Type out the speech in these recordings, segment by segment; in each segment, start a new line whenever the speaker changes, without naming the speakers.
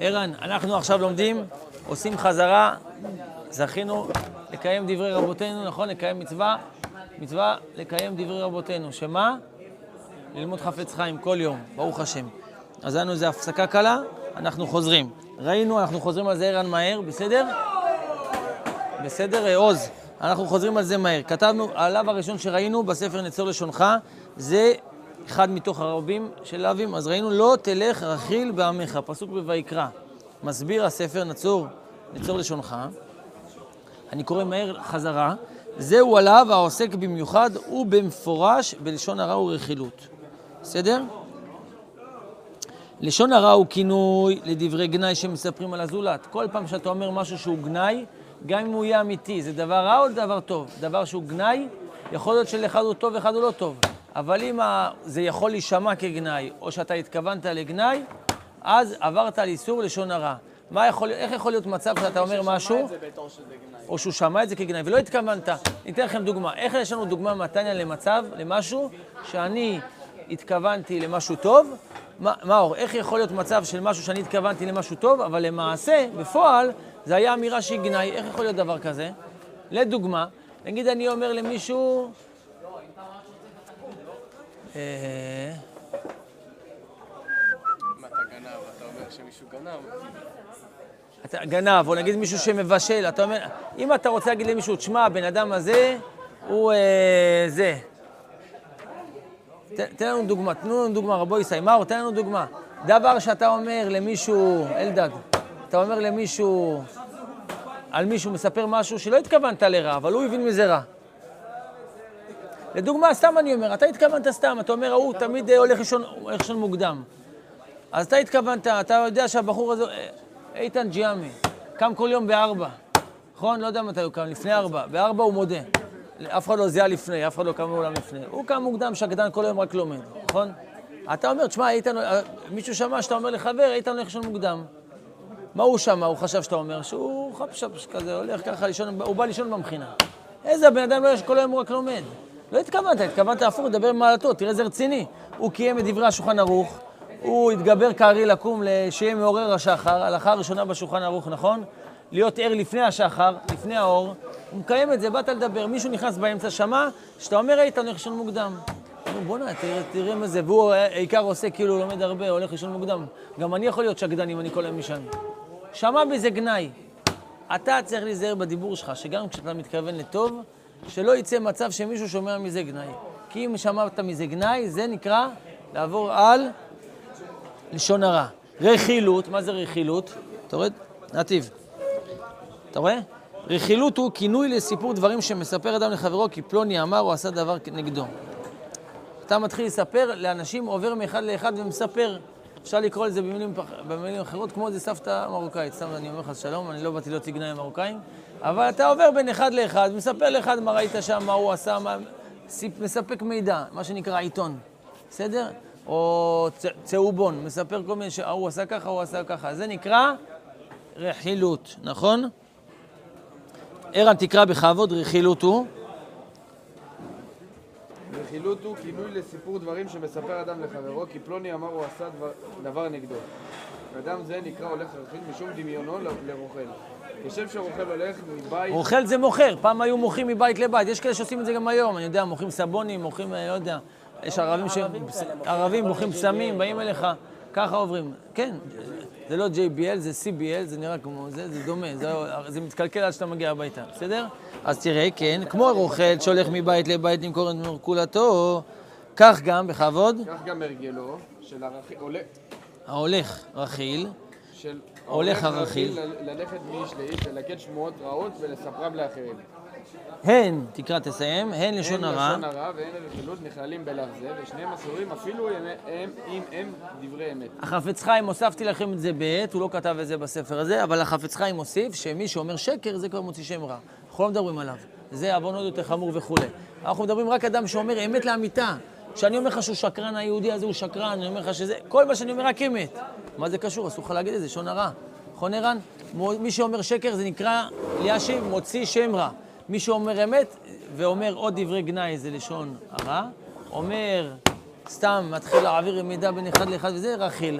ערן, אנחנו עכשיו לומדים, עושים חזרה, זכינו לקיים דברי רבותינו, נכון? לקיים מצווה לקיים דברי רבותינו. שמה? ללמוד חפץ חיים כל יום, ברוך השם. אז לנו איזו הפסקה קלה, אנחנו חוזרים. ראינו, אנחנו חוזרים על זה ערן מהר, בסדר? בסדר, עוז. אנחנו חוזרים על זה מהר. כתבנו, הלאו הראשון שראינו בספר נצור לשונך, זה אחד מתוך הרבים של לאווים. אז ראינו, לא תלך רכיל בעמך, פסוק בויקרא. מסביר הספר נצור לשונך. אני קורא מהר חזרה. זהו הלאו העוסק במיוחד ובמפורש בלשון הרע ורכילות. בסדר? לשון הרע הוא כינוי לדברי גנאי שמספרים על הזולת. כל פעם שאתה אומר משהו שהוא גנאי, גם אם הוא יהיה אמיתי, זה דבר רע או דבר טוב? דבר שהוא גנאי, יכול להיות שלאחד הוא טוב ואחד הוא לא טוב. אבל אם זה יכול להישמע כגנאי, או שאתה התכוונת לגנאי, אז עברת על איסור לשון הרע. איך יכול להיות מצב שאתה אומר משהו, או שהוא שמע את זה כגנאי, ולא התכוונת? ניתן לכם דוגמה. איך יש לנו דוגמה מתניה למצב, למשהו, שאני התכוונתי למשהו טוב? מאור, איך יכול להיות מצב של משהו שאני התכוונתי למשהו טוב, אבל למעשה, בפועל, זה היה אמירה שהיא גנאי. איך יכול להיות דבר כזה? לדוגמה, נגיד אני אומר למישהו...
אם אתה גנב, אתה אומר שמישהו גנב.
אתה גנב, או נגיד מישהו שמבשל, אתה אומר... אם אתה רוצה להגיד למישהו, תשמע, הבן אדם הזה, הוא זה. תן לנו דוגמה, תנו לנו דוגמה, רבו ישי, מאור, תן לנו דוגמה. דבר שאתה אומר למישהו, אלדד, אתה אומר למישהו, על מישהו מספר משהו שלא התכוונת לרע, אבל הוא הבין מזה רע. לדוגמה, סתם אני אומר, אתה התכוונת סתם, אתה אומר, הוא תמיד הולך לישון מוקדם. אז אתה התכוונת, אתה יודע שהבחור הזה, איתן ג'יאמי, קם כל יום ב-4, נכון? לא יודע מתי הוא קם, לפני 4, ב-4 הוא מודה. אף אחד לא זיהה לפני, אף אחד לא קם מעולם לפני. הוא קם מוקדם, שקדן כל היום רק לומד, נכון? אתה אומר, תשמע, מישהו שמע שאתה אומר לחבר, איתן הולך לישון מוקדם. מה הוא שמע? הוא חשב שאתה אומר שהוא חפשפש כזה, הולך ככה לישון, הוא בא לישון במכינה. איזה בן אדם לא יש כל היום הוא רק לומד. לא התכוונת הפוך, לדבר במעלתו, תראה זה רציני. הוא קיים את דברי השולחן ערוך, הוא התגבר כארי לקום שיהיה מעורר השחר, ההלכה הראשונה בשולחן ערוך, נכון? להיות ער לפני השחר, לפני האור, הוא מקיים את זה, באת לדבר, מישהו נכנס באמצע, שמע, שאתה אומר, איתן הולך לישון מוקדם. בוא'נה, תראה מה זה, והוא העיקר עושה כאילו לומד הרבה, הולך לישון מוקדם. גם אני יכול להיות שקדן אם אני כל היום משן. שמע בזה גנאי. אתה צריך להיזהר בדיבור שלך, שגם כשאתה מתכוון לטוב, שלא יצא מצב שמישהו שומע מזה גנאי. כי אם שמעת מזה גנאי, זה נקרא לעבור על לשון הרע. רכילות, מה זה רכילות? אתה רואה? נתיב. אתה רואה? רכילות הוא כינוי לסיפור דברים שמספר אדם לחברו כי פלוני אמר או עשה דבר נגדו. אתה מתחיל לספר לאנשים, עובר מאחד לאחד ומספר. אפשר לקרוא לזה במילים אחרות, כמו זה סבתא מרוקאית. סתם אני אומר לך שלום, אני לא באתי להוציא גנאי מרוקאים, אבל אתה עובר בין אחד לאחד, מספר לאחד מה ראית שם, מה הוא עשה, מספק מידע, מה שנקרא עיתון. בסדר? או צהובון, מספר כל מיני שהוא עשה ככה, הוא עשה ככה. זה נקרא רכילות, נכון? ערן תקרא בכבוד, רכילות הוא.
רכילות הוא כינוי לסיפור דברים שמספר אדם לחברו, כי פלוני אמר הוא עשה דבר נגדו. אדם זה נקרא הולך רכיל משום דמיונו לרוכל. כשם שרוכל הולך מבית...
רוכל זה מוכר, פעם היו מוכרים מבית לבית, יש כאלה שעושים את זה גם היום, אני יודע, מוכרים סבונים, מוכרים, לא יודע, יש ערבים מוכרים פסמים, באים אליך, ככה עוברים. כן, זה לא JBL, זה CBL, זה נראה כמו זה, זה דומה, זה מתקלקל עד שאתה מגיע הביתה, בסדר? אז תראה, כן, כמו הרוכל שהולך מבית לבית למכור את מרכולתו, כך גם, בכבוד.
כך גם הרגלו של
ההולך רכיל.
של
הולך הרכיל.
ללכת מאיש לאיש, ללקט שמועות רעות ולספרם לאחרים.
הן, תקרא תסיים, הן לשון הרע.
הן לשון הרע והן הרכילות נכללים בלאו זה, ושניהם אסורים אפילו אם הם דברי אמת.
החפץ חיים, הוספתי לכם את זה בעת, הוא לא כתב את זה בספר הזה, אבל החפץ חיים הוסיף שמי שאומר שקר זה כבר מוציא שם רע. אנחנו לא מדברים עליו, זה עוון עוד יותר חמור וכו'. אנחנו מדברים רק אדם שאומר אמת לאמיתה. כשאני אומר לך שהוא שקרן, היהודי הזה הוא שקרן, אני אומר לך שזה, כל מה שאני אומר רק אמת. מה זה קשור? אסור לך להגיד את זה, לשון הרע. נכון ערן? מי שאומר שקר זה נקרא לישיב, מוציא שם רע. מי שאומר אמת ואומר עוד דברי גנאי זה לשון הרע. אומר סתם מתחיל להעביר מידע בין אחד לאחד וזה רכיל.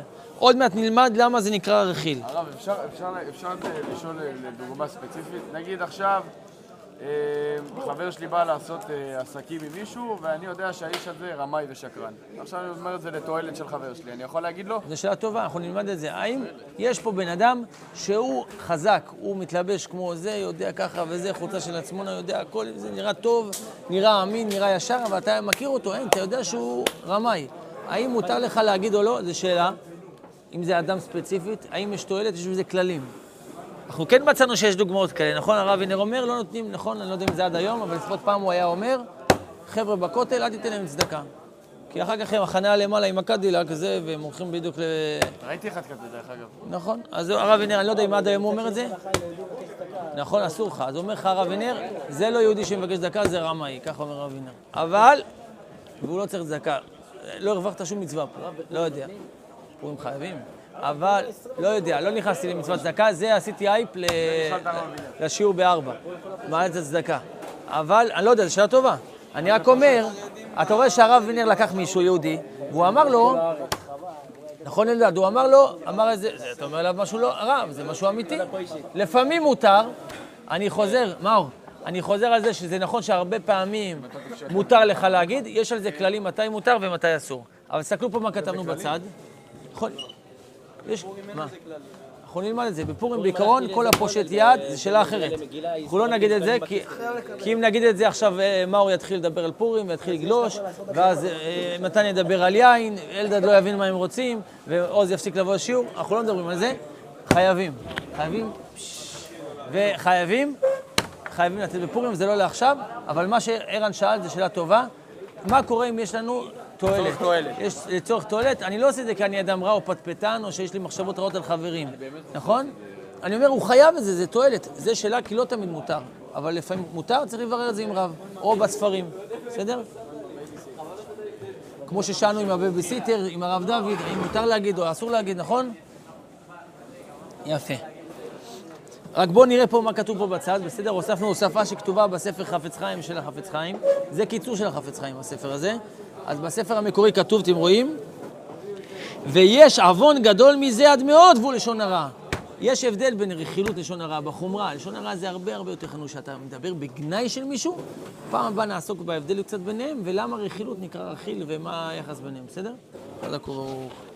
עוד מעט נלמד למה זה נקרא רכיל.
הרב, אפשר לשאול לדוגמה ספציפית? נגיד עכשיו, חבר שלי בא לעשות עסקים עם מישהו, ואני יודע שהאיש הזה רמאי ושקרן. עכשיו אני אומר את זה לתועלת של חבר שלי, אני יכול להגיד לו?
זו שאלה טובה, אנחנו נלמד את זה. האם יש פה בן אדם שהוא חזק, הוא מתלבש כמו זה, יודע ככה וזה, חולצה של עצמונה, יודע הכל, זה נראה טוב, נראה אמין, נראה ישר, אבל אתה מכיר אותו, אין, אתה יודע שהוא רמאי. האם מותר לך להגיד או לא? זו שאלה. אם זה אדם ספציפית, האם יש תועלת, יש בזה כללים. אנחנו כן מצאנו שיש דוגמאות כאלה, נכון? הרב וינר אומר, לא נותנים, נכון? אני לא יודע אם זה עד היום, אבל לפחות פעם הוא היה אומר, חבר'ה בכותל, אל תיתן להם צדקה. כי אחר כך הם החניה למעלה עם הקדילק הזה, והם הולכים בדיוק
ראיתי אחד כזה, דרך אגב.
נכון. אז הרב וינר, אני לא יודע אם עד היום הוא אומר את זה. נכון, אסור לך. אז אומר לך הרב וינר, זה לא יהודי שמבקש צדקה, זה רמאי, ככה אומר הרב וינר. אבל, והוא לא צריך צדקה. לא הרווחת שום מצווה פה, לא יודע. פורים חייבים. אבל, לא יודע, לא נכנסתי למצוות צדקה, זה עשיתי אייפ לשיעור ב4. מעלת הצדקה. אבל, אני לא יודע, זו שאלה טובה. אני רק אומר, אתה רואה שהרב וינר לקח מישהו יהודי, והוא אמר לו, נכון אלדד, הוא אמר לו, אמר איזה, אתה אומר עליו משהו לא רב, זה משהו אמיתי. לפעמים מותר, אני חוזר, מאור, אני חוזר על זה שזה נכון שהרבה פעמים מותר לך להגיד, יש על זה כללים מתי מותר ומתי אסור. אבל תסתכלו פה מה כתבנו בצד. נכון? יש, מה? אנחנו נלמד את זה. בפורים בעיקרון, כל הפושט יד, זה שאלה אחרת. אנחנו לא נגיד את זה, כי אם נגיד את זה עכשיו, מאור יתחיל לדבר על פורים, ויתחיל לגלוש, ואז מתן ידבר על יין, אלדד לא יבין מה הם רוצים, ועוז יפסיק לבוא לשיעור. אנחנו לא מדברים על זה. חייבים. וחייבים לצאת בפורים, זה לא לעכשיו, אבל מה שערן שאל, זו שאלה טובה. מה קורה אם יש לנו תועלת? יש לצורך תועלת. אני לא עושה את זה כי אני אדם רע או פטפטן, או שיש לי מחשבות רעות על חברים. נכון? אני אומר, הוא חייב את זה, זה תועלת. זה שאלה כי לא תמיד מותר. אבל לפעמים מותר, צריך לברר את זה עם רב. או בספרים. בסדר? כמו ששאלנו עם הבייביסיטר, עם הרב דוד, האם מותר להגיד או אסור להגיד, נכון? יפה. רק בואו נראה פה מה כתוב פה בצד, בסדר? הוספנו הוספה שכתובה בספר חפץ חיים של החפץ חיים. זה קיצור של החפץ חיים, הספר הזה. אז בספר המקורי כתוב, אתם רואים? ויש עוון גדול מזה עד מאוד והוא לשון הרע. יש הבדל בין רכילות לשון הרע בחומרה. לשון הרע זה הרבה יותר חנוך שאתה מדבר בגנאי של מישהו. פעם הבאה נעסוק בהבדל קצת ביניהם, ולמה רכילות נקרא רכיל ומה היחס ביניהם, בסדר? תודה כרוך.